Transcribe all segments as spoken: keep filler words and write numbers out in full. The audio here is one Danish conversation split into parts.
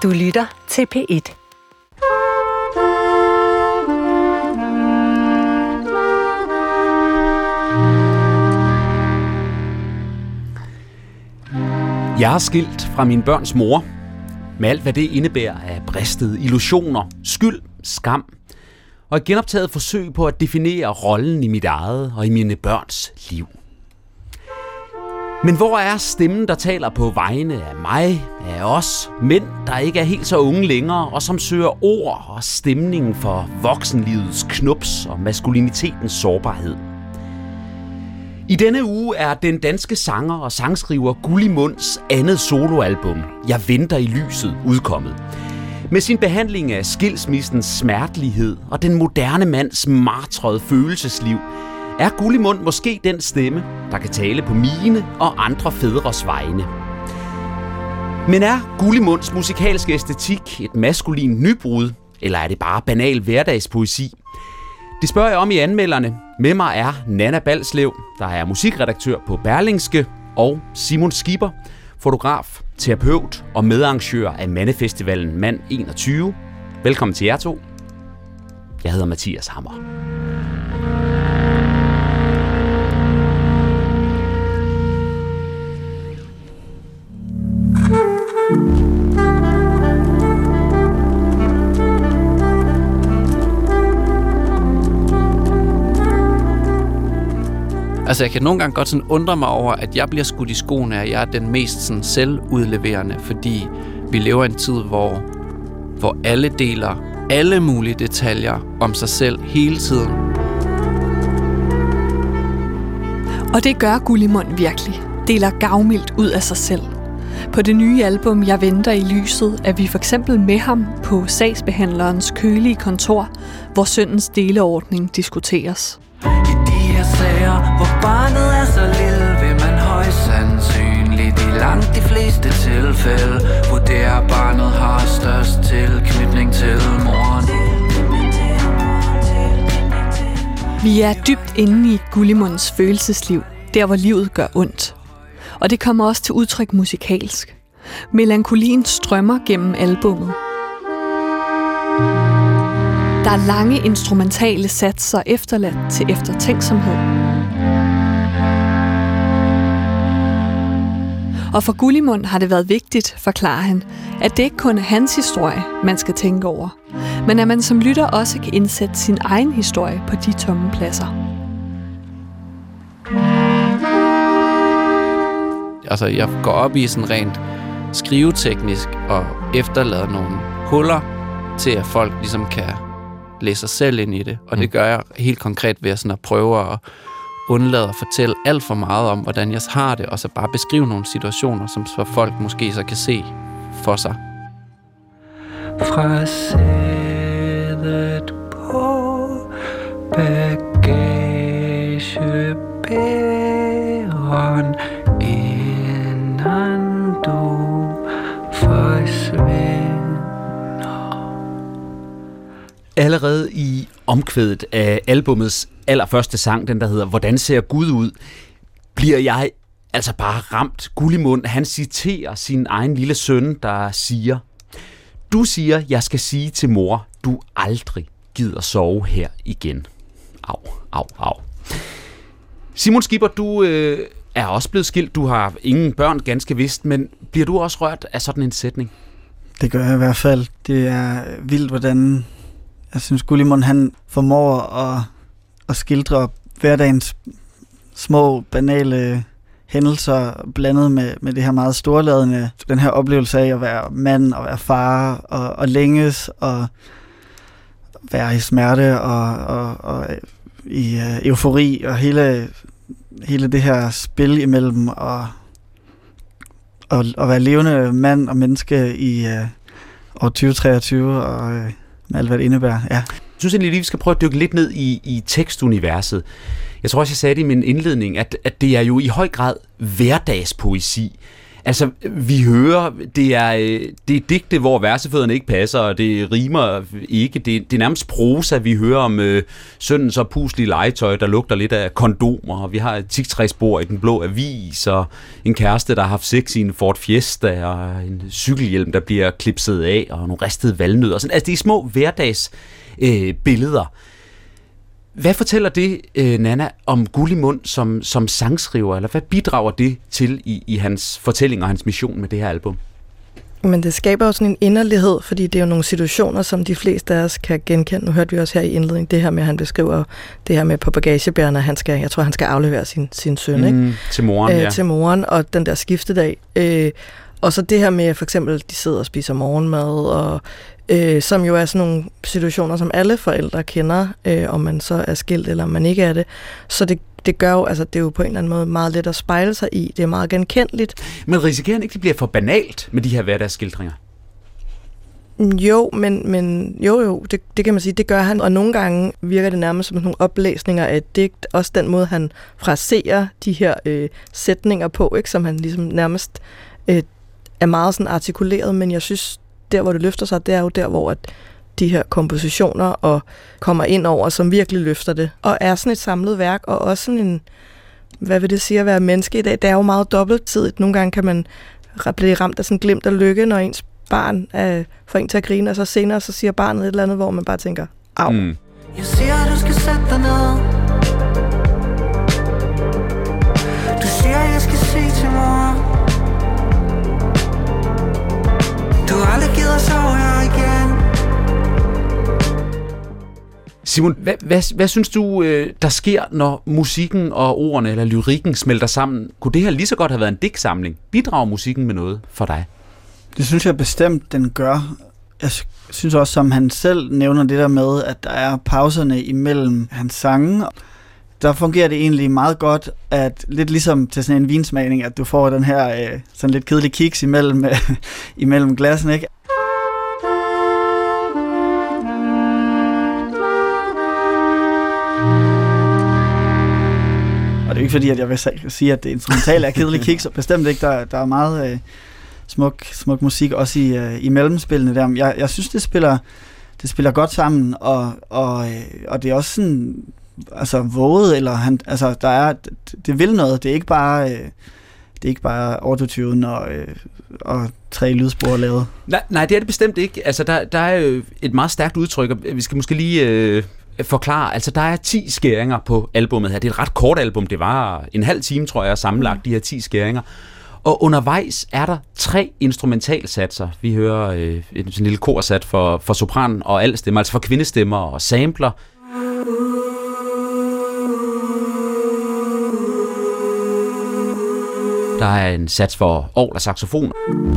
Du lytter til P et. Jeg er skilt fra mine børns mor, med alt hvad det indebærer af bristede illusioner, skyld, skam, og et genoptaget forsøg på at definere rollen i mit eget og i mine børns liv. Men hvor er stemmen, der taler på vegne af mig, af os, mænd, der ikke er helt så unge længere, og som søger ord og stemningen for voksenlivets knups og maskulinitetens sårbarhed? I denne uge er den danske sanger og sangskriver Gulli Munds andet soloalbum, Jeg venter i lyset, udkommet. Med sin behandling af skilsmissens smertelighed og den moderne mands martrede følelsesliv, er Gulli Mund måske den stemme, der kan tale på mine og andre fædres vegne. Men er Gulli Munds musikalske æstetik et maskulin nybrud, eller er det bare banal hverdagspoesi? Det spørger jeg om i anmelderne. Med mig er Nanna Balslev, der er musikredaktør på Berlingske, og Simon Skipper, fotograf, terapeut og medarrangør af Mandefestivalen Mand enogtyve. Velkommen til jer to. Jeg hedder Mathias Hammer. Altså, jeg kan nogle gange godt sådan undre mig over, at jeg bliver skudt i skoene, at jeg er den mest sådan selvudleverende, fordi vi lever i en tid, hvor, hvor alle deler alle mulige detaljer om sig selv hele tiden. Og det gør Gulli Mund virkelig. Deler gavmildt ud af sig selv. På det nye album Jeg venter i lyset er vi for eksempel med ham på sagsbehandlerens kølige kontor, hvor sønnens deleordning diskuteres. Sager, hvor barnet er så lille, vil man højst sandsynligt i langt de fleste tilfælde vurderer, barnet har størst tilknytning til moren. Vi er dybt inde i Gulli Munds følelsesliv, der hvor livet gør ondt. Og det kommer også til udtryk musikalsk. Melankolien strømmer gennem albummet. Der er lange instrumentale satser efterladt til eftertænksomhed. Og for Gulli Mund har det været vigtigt, forklarer han, at det ikke kun er hans historie, man skal tænke over, men at man som lytter også kan indsætte sin egen historie på de tomme pladser. Altså, jeg går op i sådan rent skriveteknisk og efterlader nogle huller til, at folk ligesom kan læse sig selv ind i det. Og det gør jeg helt konkret ved sådan at prøve at undlade at fortælle alt for meget om, hvordan jeg har det, og så bare beskrive nogle situationer, som så folk måske så kan se for sig. Fra sædet på bagagebæreren, inden du forsvinder. Allerede i omkvædet af albumets allerførste sang, den der hedder Hvordan ser Gud ud, bliver jeg altså bare ramt. Gulli Mund, han citerer sin egen lille søn, der siger: Du siger, jeg skal sige til mor, du aldrig gider sove her igen. Au, au, au. Simon Skipper, du øh, er også blevet skilt. Du har ingen børn, ganske vist, men bliver du også rørt af sådan en sætning? Det gør jeg i hvert fald. Det er vildt, hvordan jeg synes, Gulli Mund, han formår at, at skildre hverdagens små, banale hændelser blandet med, med det her meget storladende, den her oplevelse af at være mand og være far og, og længes og være i smerte og, og, og i uh, eufori og hele, hele det her spil imellem og, og, og være levende mand og menneske i uh, år tyve treogtyve og uh, med alt, hvad det indebærer. Ja. Jeg synes egentlig lige, vi skal prøve at dykke lidt ned i, i tekstuniverset. Jeg tror også, jeg sagde det i min indledning, at, at det er jo i høj grad hverdagspoesi. Altså, vi hører, det er, det er digte, hvor versefødderne ikke passer, og det rimer ikke. Det, det er nærmest prosa, vi hører om øh, søndens og puslige legetøj, der lugter lidt af kondomer, og vi har et tigtræsbord i Den Blå Avis, og en kæreste, der har haft sex i en Ford Fiesta, og en cykelhjelm, der bliver klipset af, og nogle ristede valnødder. Sådan. Altså, det er små hverdags øh, billeder. Hvad fortæller det, øh, Nanna, om Gullimund som, som sangskriver, eller hvad bidrager det til i, i hans fortælling og hans mission med det her album? Men det skaber jo sådan en inderlighed, fordi det er jo nogle situationer, som de fleste af os kan genkende. Nu hørte vi også her i indledningen det her med, at han beskriver det her med på bagagebærerne, han skal, jeg tror, han skal aflevere sin, sin søn, ikke? Mm, til moren, øh, ja. Til moren, og den der skiftedag. Øh, og så det her med, for eksempel, de sidder og spiser morgenmad, og øh, som jo er sådan nogle situationer, som alle forældre kender, øh, om man så er skilt, eller om man ikke er det. Så det Det gør jo, altså det er jo på en eller anden måde meget let at spejle sig i. Det er meget genkendeligt. Men risikerer han ikke, det bliver for banalt med de her hverdagsskildringer? Jo, men, men jo, jo, det, det kan man sige, det gør han. Og nogle gange virker det nærmest som nogle oplæsninger af et digt. Også den måde, han fraserer de her øh, sætninger på, ikke, som han ligesom nærmest øh, er meget sådan artikuleret. Men jeg synes, der hvor det løfter sig, det er jo der, hvor at de her kompositioner og kommer ind over, som virkelig løfter det. Og er sådan et samlet værk, og også sådan en, hvad vil det sige at være menneske i dag? Det er jo meget dobbelttidigt. Nogle gange kan man blive ramt af sådan glimt af lykke, når ens barn er, får en til at grine, og så senere så siger barnet et eller andet, hvor man bare tænker, au. Mm. Jeg siger, du skal sætte dig ned. Du siger, jeg skal se til mor. Du har aldrig givet at sove her igen. Simon, hvad, hvad, hvad synes du, der sker, når musikken og ordene eller lyrikken smelter sammen? Kunne det her lige så godt have været en digtsamling? Bidrager musikken med noget for dig? Det synes jeg bestemt, den gør. Jeg synes også, som han selv nævner det der med, at der er pauserne imellem hans sange. Der fungerer det egentlig meget godt, at lidt ligesom til sådan en vinsmagning, at du får den her sådan lidt kedelig kiks imellem, imellem glassen, ikke? Og det er ikke fordi, at jeg vil sige, at det instrumentale er kedelig kiks, og bestemt ikke. Der, der er meget øh, smuk, smuk musik også i, øh, i mellemspillene der. Jeg, jeg synes, det spiller, det spiller godt sammen, og, og, øh, og det er også sådan, altså våget, eller han, altså der er, det, det vil noget. Det er ikke bare, øh, det er ikke bare autotune og, øh, og tre lydspor lavet. Nej, nej, det er det bestemt ikke. Altså der, der er jo et meget stærkt udtryk, og vi skal måske lige øh, forklare. Altså der er ti skæringer på albummet her. Det er et ret kort album. Det var en halv time, tror jeg, sammenlagt, de her ti skæringer. Og undervejs er der tre instrumentalsatser. Vi hører øh, en sådan lille korsat for, for sopran og altstemmer, altså for kvindestemmer og sampler. Der er en sats for orgel og saxofon.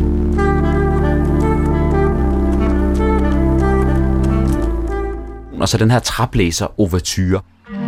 Og så den her traplæser ouverture.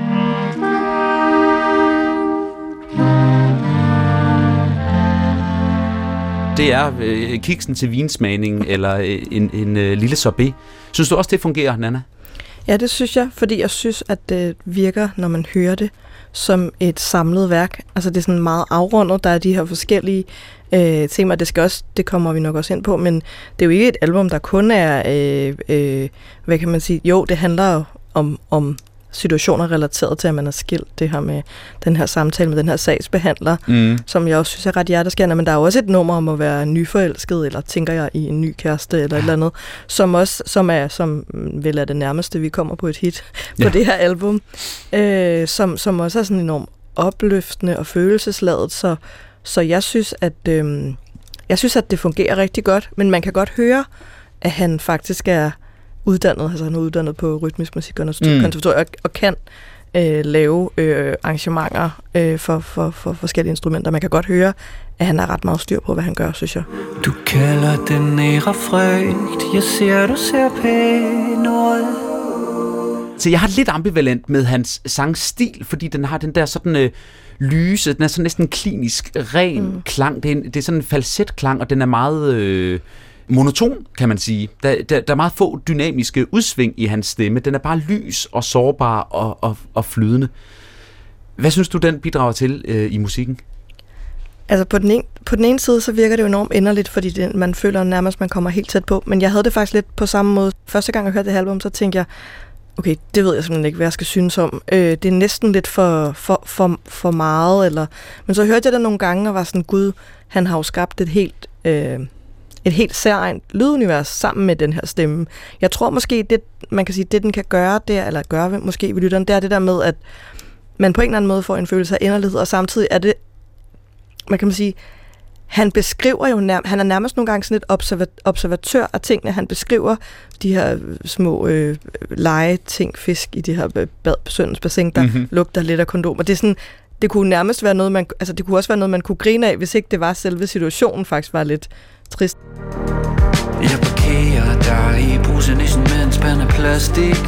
Det er øh, kiksen til vinsmagning eller en, en øh, lille sorbet. Synes du også, det fungerer, Nanna? Ja, det synes jeg, fordi jeg synes, at det virker, når man hører det, som et samlet værk. Altså det er sådan meget afrundet. Der er de her forskellige øh, temaer. Det skal også, det kommer vi nok også ind på, men det er jo ikke et album, der kun er, øh, øh, hvad kan man sige, jo, det handler jo om, om situationer relateret til, at man er skilt. Det her med den her samtale med den her sagsbehandler, mm. som jeg også synes er ret hjerteskærende, men der er også et nummer om at være nyforelsket, eller tænker jeg i en ny kæreste, eller ja. et eller andet, som også, som er, som vel er det nærmeste, vi kommer på et hit på ja. det her album, øh, som, som også er sådan enormt opløftende og følelsesladet, så, så jeg synes, at øh, jeg synes, at det fungerer rigtig godt, men man kan godt høre, at han faktisk er uddannet, altså han er uddannet på rytmisk musik og konservatorium, mm. og kan øh, lave øh, arrangementer øh, for, for, for forskellige instrumenter. Man kan godt høre, at han har ret meget styr på, hvad han gør, synes jeg. Du kalder den nære frygt, jeg ser, du ser pæn ud. Så jeg har lidt ambivalent med hans sangstil, fordi den har den der sådan øh, lyse, den er sådan næsten klinisk ren mm. klang. Det er, en, det er sådan en falsetklang, og den er meget øh, monoton, kan man sige. Der, der, der er meget få dynamiske udsving i hans stemme. Den er bare lys og sårbar og, og, og flydende. Hvad synes du, den bidrager til øh, i musikken? Altså på den, ene, på den ene side, så virker det jo enormt inderligt, fordi det, man føler nærmest, man kommer helt tæt på. Men jeg havde det faktisk lidt på samme måde. Første gang jeg hørte det her album, så tænkte jeg, okay, det ved jeg simpelthen ikke, hvad jeg skal synes om. Øh, det er næsten lidt for, for, for, for meget. Eller... Men så hørte jeg det nogle gange, og var sådan, gud, han har jo skabt et helt, øh, et helt særligt lydunivers sammen med den her stemme. Jeg tror måske, det, man kan sige, det den kan gøre, det, eller gøre måske ved lytteren, det er det der med, at man på en eller anden måde får en følelse af inderlighed, og samtidig er det, man kan man sige, han beskriver jo nærmest, han er nærmest nogle gange sådan et observa- observatør af tingene. Han beskriver de her små øh, legeting, fisk i de her bad, søndens bassin, der mm-hmm. lugter lidt af kondom. Og det er sådan, det kunne nærmest være noget, man, altså det kunne også være noget, man kunne grine af, hvis ikke det var selve situationen faktisk var lidt trist. Jeg parkerer der i brusenissen med en spand af plastik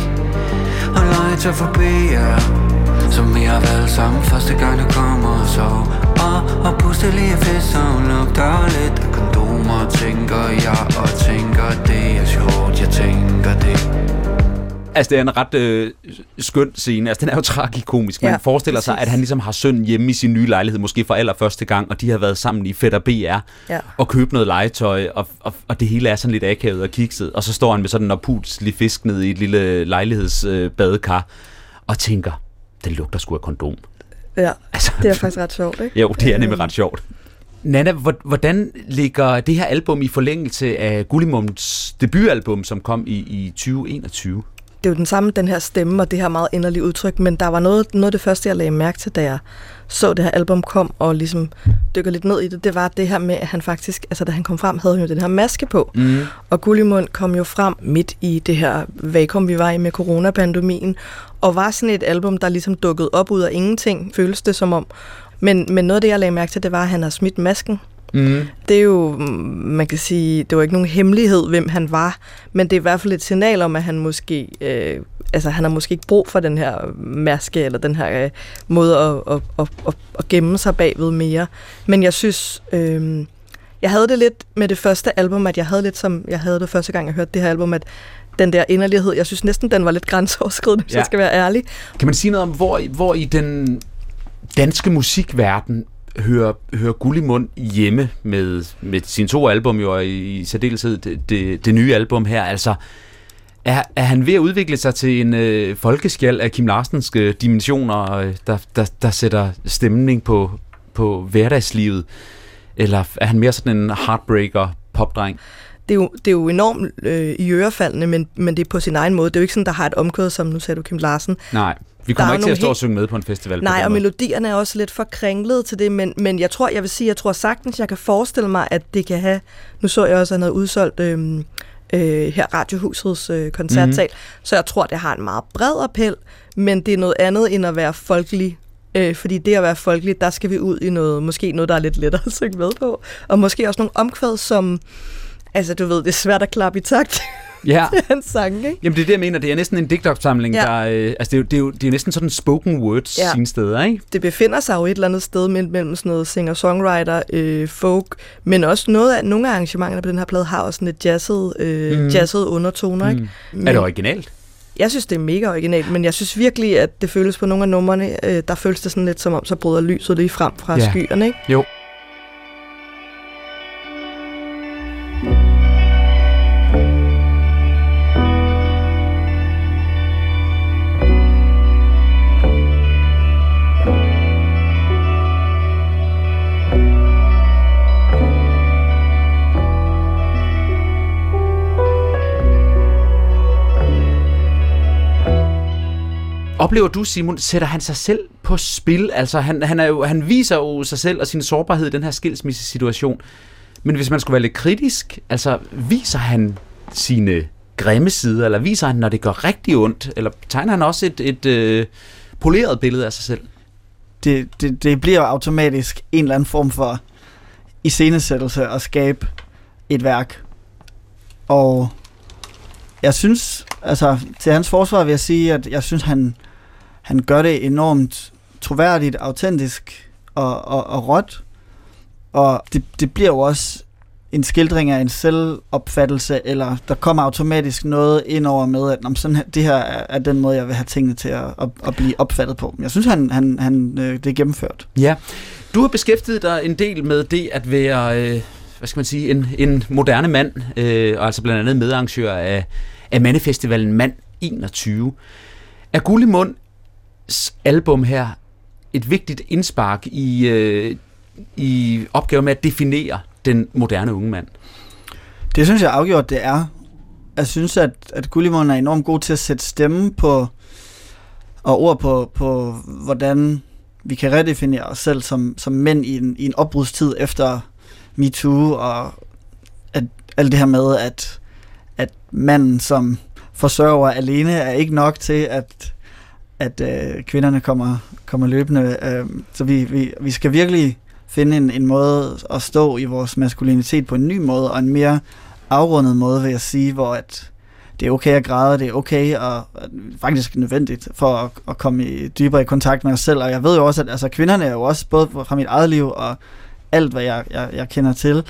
og leger forbi jer, som vi har været sammen første gang, du kommer og sov. Og, og puste lige fisk, som lugter lidt af kondomer, tænker jeg, og tænker det er sjovt, jeg tænker det. Altså, det er en ret øh, skøn scene. Altså, den er jo tragikomisk. Man ja, forestiller præcis. sig, at han ligesom har sønnen hjemme i sin nye lejlighed, måske for allerførste gang, og de har været sammen i Fætter B R, ja. og købt noget legetøj, og, og, og det hele er sådan lidt akavet og kikset. Og så står han med sådan en oppudselig fisk nede i et lille lejlighedsbadekar, øh, og tænker, den lugter sgu af kondom. Ja, altså, det er faktisk ret sjovt, ikke? Jo, det er nemlig ret sjovt. Nanna, hvordan ligger det her album i forlængelse af Gullimons debutalbum, som kom i, i tyve enogtyve? Det er jo den samme, den her stemme og det her meget inderlige udtryk, men der var noget, noget af det første, jeg lagde mærke til, da jeg så det her album kom og ligesom dykker lidt ned i det, det var det her med, at han faktisk, altså da han kom frem, havde han jo den her maske på, mm. og Gullimund kom jo frem midt i det her vakuum, vi var i med coronapandemien, og var sådan et album, der ligesom dukkede op ud af ingenting, føles det som om. Men, men noget af det, jeg lagde mærke til, det var, at han har smidt masken. Mm. Det er jo, man kan sige, det var ikke nogen hemmelighed, hvem han var, men det er i hvert fald et signal om, at han måske, øh, altså han har måske ikke brug for den her maske, eller den her øh, måde at, at, at, at, at gemme sig bagved mere. Men jeg synes, øh, jeg havde det lidt med det første album, at jeg havde lidt som, jeg havde det første gang, jeg hørte det her album, at den der inderlighed, jeg synes næsten, den var lidt grænseoverskridende, hvis ja. jeg skal være ærlig. Kan man sige noget om, hvor, hvor i den danske musikverden hører, hører Gullimund hjemme med, med sine to album, jo, og i, i særdeleshed det, det, det nye album her, altså er, er han ved at udvikle sig til en øh, folkeskjald af Kim Larsenske dimensioner, øh, der, der, der sætter stemning på, på hverdagslivet, eller er han mere sådan en heartbreaker popdreng? Det er, jo, det er jo enormt øh, i ørefaldene, men, men det er på sin egen måde. Det er jo ikke sådan, der har et omkød, som nu sagde du Kim Larsen. Nej, vi kommer ikke til at stå helt... og synge med på en festival. Nej, og melodierne er også lidt for kringlede til det, men, men jeg tror, jeg vil sige, jeg tror sagtens, jeg kan forestille mig, at det kan have... Nu så jeg også, at han havde udsolgt øh, øh, her Radiohusets øh, koncertsal, mm-hmm. så jeg tror, det har en meget bred appel, men det er noget andet end at være folkelig. Øh, fordi det at være folkelig, der skal vi ud i noget, måske noget, der er lidt lettere at synge med på, og måske også nogle omkvæd, som... Altså, du ved, det er svært at klappe i takt ja. til hans sang, ikke? Jamen, det er det, jeg mener. Det er næsten en digtopsamling, ja. der... Øh, altså, det er, jo, det, er jo, det er jo næsten sådan spoken words ja. sine steder, ikke? Det befinder sig jo et eller andet sted mellem sådan noget singer-songwriter, øh, folk, men også noget af, nogle af arrangementerne på den her plade har også sådan et jazzet, øh, mm. jazzet undertoner, ikke? Mm. Men, er det originalt? Jeg synes, det er mega originalt, men jeg synes virkelig, at det føles på nogle af numrene, øh, der føles det sådan lidt som om, så bryder lyset lige frem fra ja. skyerne, ikke? Jo. Oplever du, Simon, sætter han sig selv på spil? Altså, han, han, er jo, han viser jo sig selv og sin sårbarhed i den her skilsmissesituation. Men hvis man skulle være lidt kritisk, altså, viser han sine grimme sider, eller viser han, når det går rigtig ondt? Eller tegner han også et, et øh, poleret billede af sig selv? Det, det, det bliver automatisk en eller anden form for iscenesættelse at skabe et værk. Og jeg synes, altså til hans forsvar vil jeg sige, at jeg synes, han, han gør det enormt troværdigt, autentisk og, og, og råt. Og det, det bliver jo også en skildring af en selvopfattelse, eller der kommer automatisk noget ind over med, at sådan her, det her er den måde, jeg vil have tingene til at, at, at blive opfattet på. Jeg synes, han, han, han, det er gennemført. Ja. Du har beskæftiget dig en del med det at være, øh, hvad skal man sige, en, en moderne mand, øh, og altså blandt andet medarrangør af, af Mandefestivalen Mand enogtyve. Er Gullimunds album her et vigtigt indspark i, øh, i opgaven med at definere den moderne unge mand? Det synes jeg afgjort, det er. Jeg synes, at, at Gullimund er enormt god til at sætte stemme på og ord på, på hvordan vi kan redefinere os selv som, som mænd i en, i en opbrudstid efter MeToo, og at, alt det her med, at, at manden som forsørger alene er ikke nok til, at, at øh, kvinderne kommer, kommer løbende. Øh, så vi, vi, vi skal virkelig finde en, en måde at stå i vores maskulinitet på en ny måde, og en mere afrundet måde, vil jeg sige, hvor at det er okay at græde, det er okay og faktisk nødvendigt for at, at komme i, dybere i kontakt med os selv. Og jeg ved jo også, at altså, kvinderne er jo også, både fra mit eget liv og alt, hvad jeg, jeg, jeg kender til,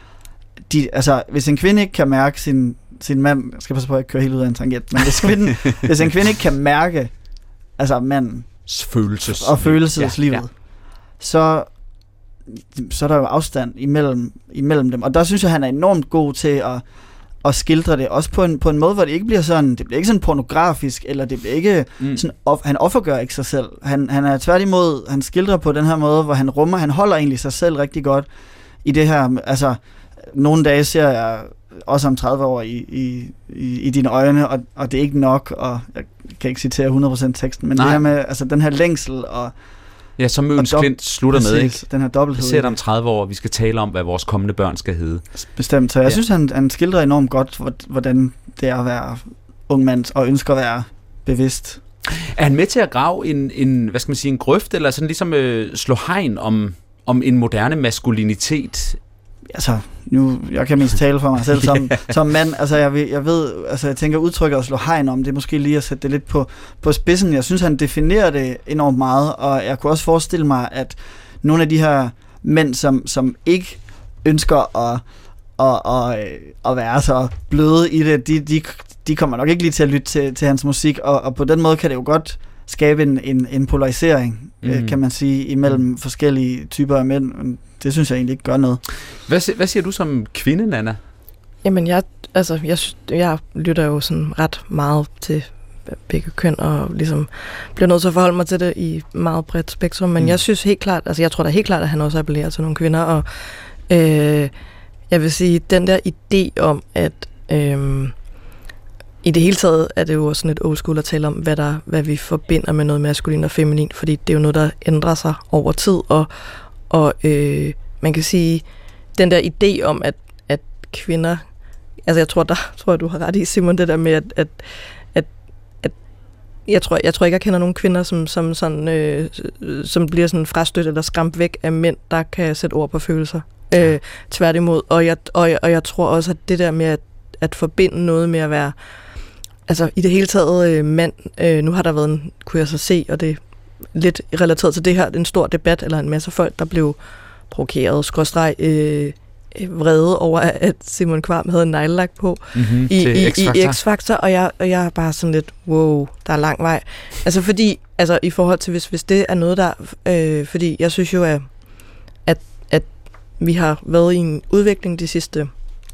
de, altså, hvis en kvinde ikke kan mærke sin, sin mand, jeg skal passe på at ikke køre helt ud af en tangent, men hvis, kvinden, hvis en kvinde ikke kan mærke altså mandens følelses og følelseslivet, ja, ja. så så er der jo afstand imellem, imellem dem. Og der synes jeg, han er enormt god til at, at skildre det, også på en, på en måde, hvor det ikke bliver sådan, det bliver ikke sådan pornografisk, eller det bliver ikke mm. sådan, off, han offergør ikke sig selv. Han, han er tværtimod, han skildrer på den her måde, hvor han rummer, han holder egentlig sig selv rigtig godt i det her, altså, nogle dage ser jeg også om tredive år i, i, i, i dine øjne, og, og det er ikke nok, og jeg kan ikke citere hundrede procent teksten, men Nej. det her med, altså den her længsel, og ja, som Møgens dob- Klint slutter præcis, med, ikke? Den her dobbelthed. Vi ser det om tredive år, vi skal tale om, hvad vores kommende børn skal hedde. Bestemt, så jeg ja. synes, han, han skildrer enormt godt, hvordan det er at være ung mand, og ønsker at være bevidst. Er han med til at grave en, en hvad skal man sige, en grøft, eller sådan ligesom øh, slå hegn om, om en moderne maskulinitet? Altså, nu, jeg kan mest tale for mig selv som, yeah. som mand. Altså, jeg, ved, jeg ved, altså, jeg tænker, udtrykket at slå hegn om, det er måske lige at sætte det lidt på, på spidsen. Jeg synes, han definerer det enormt meget, og jeg kunne også forestille mig, at nogle af de her mænd, som, som ikke ønsker at, at, at, at være så bløde i det, de, de, de kommer nok ikke lige til at lytte til, til hans musik, og, og på den måde kan det jo godt skabe en, en, en polarisering, mm. øh, kan man sige, imellem mm. forskellige typer af mænd. Det synes jeg egentlig ikke gør noget. Hvad, hvad siger du som kvinde, Nanna? Jamen, jeg, altså, jeg, jeg lytter jo sådan ret meget til begge køn, og ligesom bliver nødt til at forholde mig til det i meget bredt spektrum, men mm. jeg synes helt klart, altså jeg tror da helt klart, at han også appellerer til nogle kvinder, og øh, jeg vil sige, den der idé om, at øh, i det hele taget er det jo sådan et old school at tale om, hvad, der, hvad vi forbinder med noget maskulin og feminin, fordi det er jo noget, der ændrer sig over tid, og, og øh, man kan sige, den der idé om, at, at kvinder, altså jeg tror, der tror jeg, du har ret i, Simon, det der med, at, at, at, at jeg, tror, jeg tror ikke, jeg kender nogen kvinder, som, som, sådan, øh, som bliver sådan frastødt eller skræmt væk af mænd, der kan sætte ord på følelser. Øh, tværtimod, og jeg, og, jeg, og jeg tror også, at det der med at, at forbinde noget med at være, altså i det hele taget øh, mand, øh, nu har der været en, kunne jeg så se, og det er lidt relateret til det her, en stor debat, eller en masse folk, der blev provokeret, skråstreg, øh, vrede over, at Simon Kvam havde en neglelak på mm-hmm, i, i, i X-Factor, og jeg, og jeg er bare sådan lidt, wow, der er lang vej. Altså fordi, altså i forhold til, hvis, hvis det er noget, der, øh, fordi jeg synes jo, at, at, at vi har været i en udvikling de sidste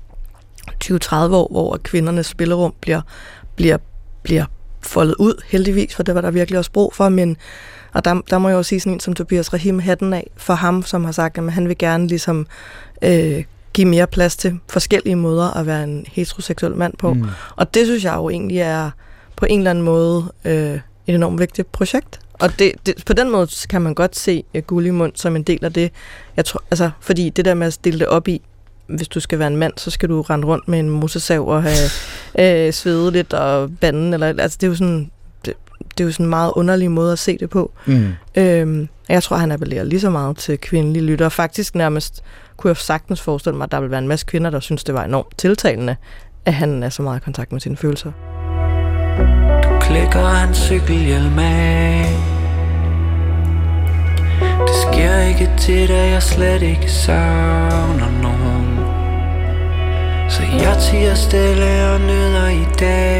tyve til tredive år, hvor kvindernes spillerum bliver, bliver, bliver foldet ud, heldigvis, for det var der virkelig også brug for, men og der, der må jeg jo sige sådan en som Tobias Rahim hatten af for ham, som har sagt, at han vil gerne ligesom øh, give mere plads til forskellige måder at være en heteroseksuel mand på. Mm. Og det synes jeg jo egentlig er på en eller anden måde øh, et enormt vigtigt projekt. Og det, det, på den måde kan man godt se uh, Gullimund som en del af det. Jeg tror, altså, fordi det der med at stille det op i, hvis du skal være en mand, så skal du rende rundt med en mosesav og have øh, svede lidt og banden. Eller, altså, det er jo sådan... Det er jo sådan en meget underlig måde at se det på. Mm. Øhm, jeg tror, han appellerer lige så meget til kvindelige lyttere. Faktisk nærmest kunne jeg sagtens forestille mig, at der vil være en masse kvinder, der synes, det var enormt tiltalende, at han er så meget i kontakt med sine følelser. Du klikker hans cykelhjelm af. Det sker ikke til dig, jeg slet ikke savner nogen. Så jeg tiger stille og nyder i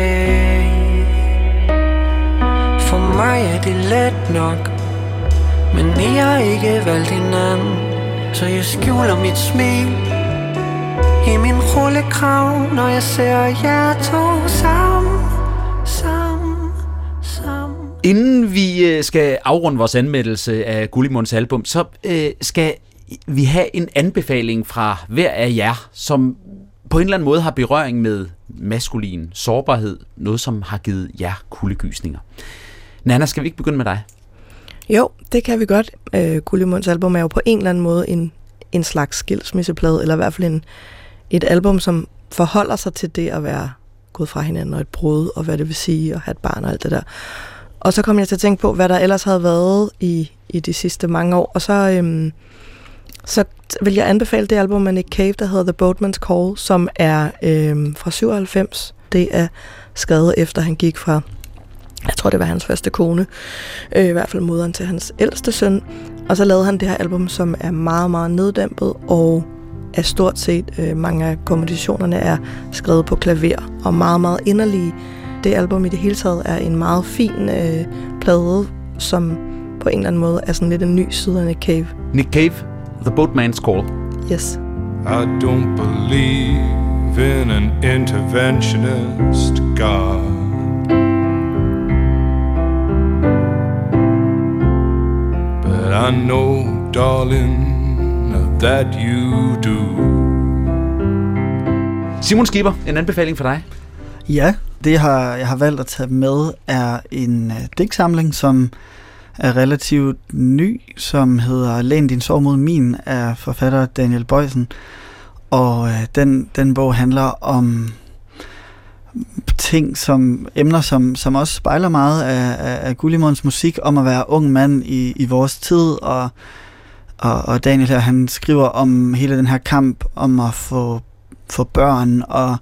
dag. For mig er det let nok Men I har ikke valgt hinanden, så jeg skjuler mit smil i min rullekrav, når jeg ser jer to sammen, sammen, sammen. Inden vi øh, skal afrunde vores anmeldelse af Gullimunds album, så øh, skal vi have en anbefaling fra hver af jer, som på en eller anden måde har berøring med maskulin sårbarhed, noget som har givet jer kuldegysninger. Nanna, skal vi ikke begynde med dig? Jo, det kan vi godt. Øh, Gullimunds album er jo på en eller anden måde en, en slags skilsmisseplade, eller i hvert fald en, et album, som forholder sig til det at være gået fra hinanden og et brud, og hvad det vil sige at have et barn og alt det der. Og så kom jeg til at tænke på, hvad der ellers havde været i, i de sidste mange år, og så, øhm, så vil jeg anbefale det album af Nick Cave, der hedder The Boatman's Call, som er øhm, fra syvoghalvfems. Det er skrevet efter, han gik fra, jeg tror det var hans første kone, øh, i hvert fald moderen til hans ældste søn. Og så lavede han det her album, som er meget, meget neddæmpet, og er stort set, øh, mange af kompositionerne er skrevet på klaver, og meget, meget inderlige. Det album i det hele taget er en meget fin øh, plade, som på en eller anden måde er sådan lidt en ny side af Nick Cave. Nick Cave, The Boatman's Call. Yes. I don't believe in an interventionist God. But I know, darling, that you do. Simon Skipper, en anbefaling for dig? Ja, det jeg har, jeg har valgt at tage med er en uh, digtsamling, som er relativt ny, som hedder Læn din sorg mod min, af forfatter Daniel Boysen. Og uh, den, den bog handler om ting, som emner, som, som også spejler meget af, af, af Gullimunds musik, om at være ung mand i, i vores tid, og, og, og Daniel her, han skriver om hele den her kamp om at få, få børn, og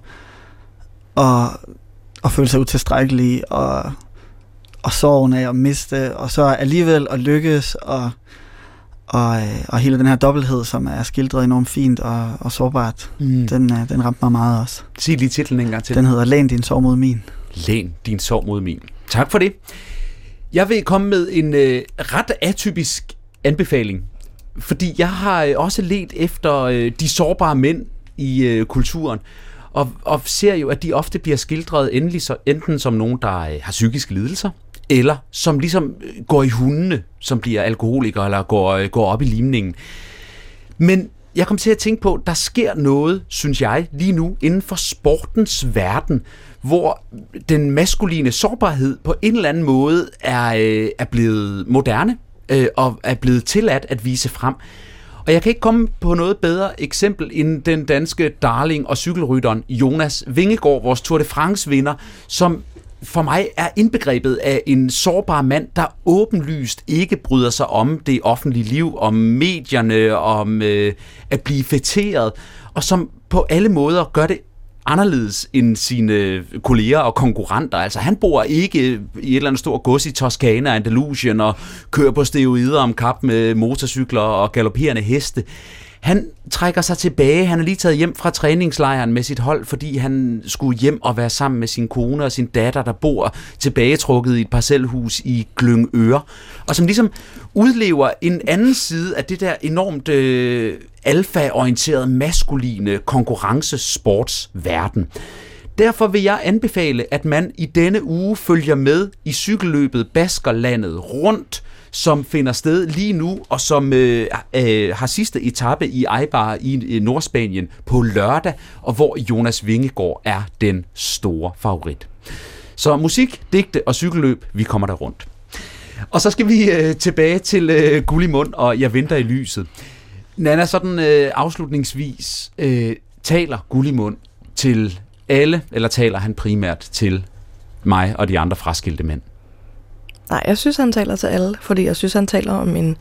og, og føle sig utilstrækkelige, og, og sorgen af at miste, og så alligevel at lykkes, og, og, og hele den her dobbelthed, som er skildret enormt fint og, og sårbart, mm. den, den ramte mig meget også. Sig lige titlen en gang til. Den hedder Læn din sorg mod min. Læn din sorg mod min. Tak for det. Jeg vil komme med en øh, ret atypisk anbefaling, fordi jeg har øh, også ledt efter øh, de sårbare mænd i øh, kulturen, Og, og ser jo, at de ofte bliver skildret endelig så, enten som nogen, der øh, har psykiske lidelser, eller som ligesom går i hundene, som bliver alkoholikere, eller går, øh, går op i limningen. Men jeg kom til at tænke på, at der sker noget, synes jeg, lige nu inden for sportens verden, hvor den maskuline sårbarhed på en eller anden måde er, øh, er blevet moderne, øh, og er blevet tilladt at vise frem. Og jeg kan ikke komme på noget bedre eksempel end den danske darling og cykelrytteren Jonas Vingegaard, vores Tour de France-vinder, som for mig er indbegrebet af en sårbar mand, der åbenlyst ikke bryder sig om det offentlige liv, om medierne, om øh, at blive fætteret, og som på alle måder gør det anderledes end sine kolleger og konkurrenter. Altså han bor ikke i et eller andet stort gods i Toskana, Andalusien, og kører på steroider om kap med motorcykler og galopperende heste. Han trækker sig tilbage. Han er lige taget hjem fra træningslejren med sit hold, fordi han skulle hjem og være sammen med sin kone og sin datter, der bor tilbagetrukket i et parcelhus i Glyngøre, og som ligesom udlever en anden side af det der enormt øh, alfa-orienterede, maskuline konkurrencesportsverden. Derfor vil jeg anbefale, at man i denne uge følger med i cykelløbet Baskerlandet rundt, som finder sted lige nu, og som øh, øh, har sidste etape i Eibar i øh, Nordspanien på lørdag, og hvor Jonas Vingegaard er den store favorit. Så musik, digte og cykelløb, vi kommer der rundt. Og så skal vi øh, tilbage til øh, Gullimund, og Jeg venter i lyset. Nanna, sådan øh, afslutningsvis, øh, taler Gullimund til alle, eller taler han primært til mig og de andre fraskilte mænd? Nej, jeg synes, han taler til alle, fordi jeg synes, han taler om en,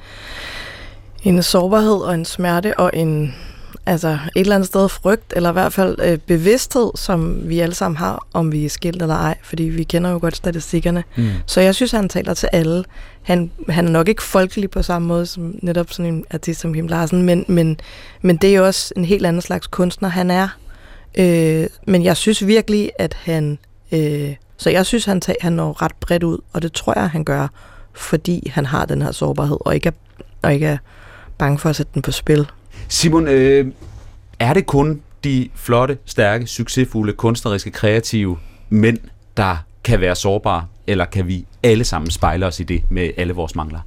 en sårbarhed og en smerte og en, altså et eller andet sted frygt, eller i hvert fald øh, bevidsthed, som vi alle sammen har, om vi er skilt eller ej, fordi vi kender jo godt statistikkerne. Mm. Så jeg synes, han taler til alle. Han, han er nok ikke folkelig på samme måde som netop sådan en artist som Kim Larsen, men, men, men det er jo også en helt anden slags kunstner, han er. Øh, men jeg synes virkelig, at han... Øh, så jeg synes, han, tager, han når ret bredt ud, og det tror jeg, han gør, fordi han har den her sårbarhed, og ikke er, og ikke er bange for at sætte den på spil. Simon, øh, er det kun de flotte, stærke, succesfulde, kunstneriske, kreative mænd, der kan være sårbare, eller kan vi alle sammen spejle os i det med alle vores mangler?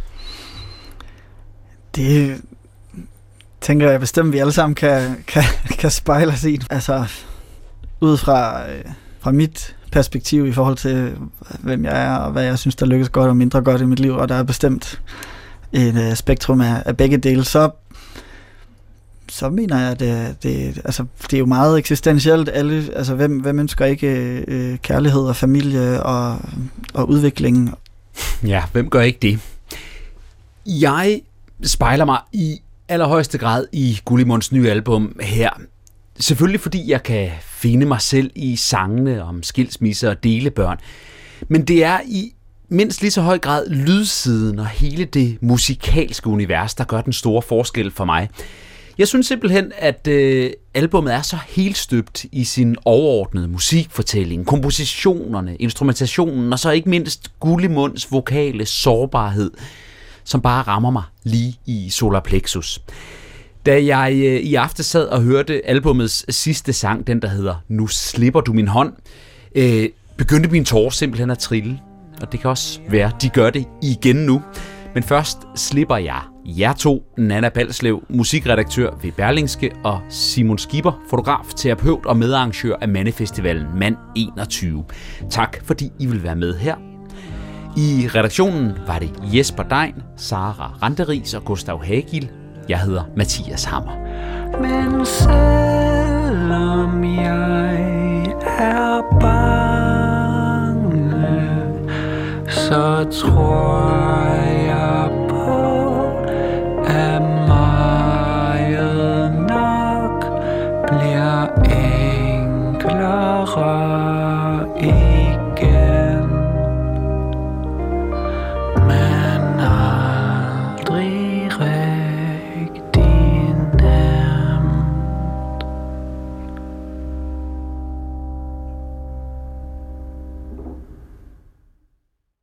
Det tænker jeg bestemt, vi alle sammen kan, kan, kan spejle os i. Altså, ud fra, øh, fra mit perspektiv i forhold til, hvem jeg er, og hvad jeg synes, der lykkes godt og mindre godt i mit liv, og der er bestemt et øh, spektrum af, af begge dele, så, så mener jeg, at det, det, altså, det er jo meget eksistentielt. Alle, altså, hvem, hvem ønsker ikke øh, kærlighed og familie og, og udvikling? Ja, hvem gør ikke det? Jeg spejler mig i allerhøjeste grad i Gullimunds nye album her. Selvfølgelig fordi jeg kan finde mig selv i sangene om skilsmisse og delebørn. Men det er i mindst lige så høj grad lydsiden og hele det musikalske univers, der gør den store forskel for mig. Jeg synes simpelthen, at øh, albummet er så helt støbt i sin overordnede musikfortælling, kompositionerne, instrumentationen og så ikke mindst Gullimunds vokale sårbarhed, som bare rammer mig lige i solar plexus. Da jeg øh, i aften sad og hørte albummets sidste sang, den der hedder Nu slipper du min hånd, øh, begyndte min tårer simpelthen at trille. Og det kan også være, de gør det igen nu. Men først slipper jeg jer to, Nanna Balslev, musikredaktør ved Berlingske, og Simon Skipper, fotograf, terapeut og medarrangør af Mandefestivalen Mand enogtyve. Tak fordi I vil være med her. I redaktionen var det Jesper Dein, Sara Randeris og Gustav Hagil. Jeg hedder Mathias Hammer. Men selvom jeg er bange, så tror jeg på, at meget nok bliver enklere.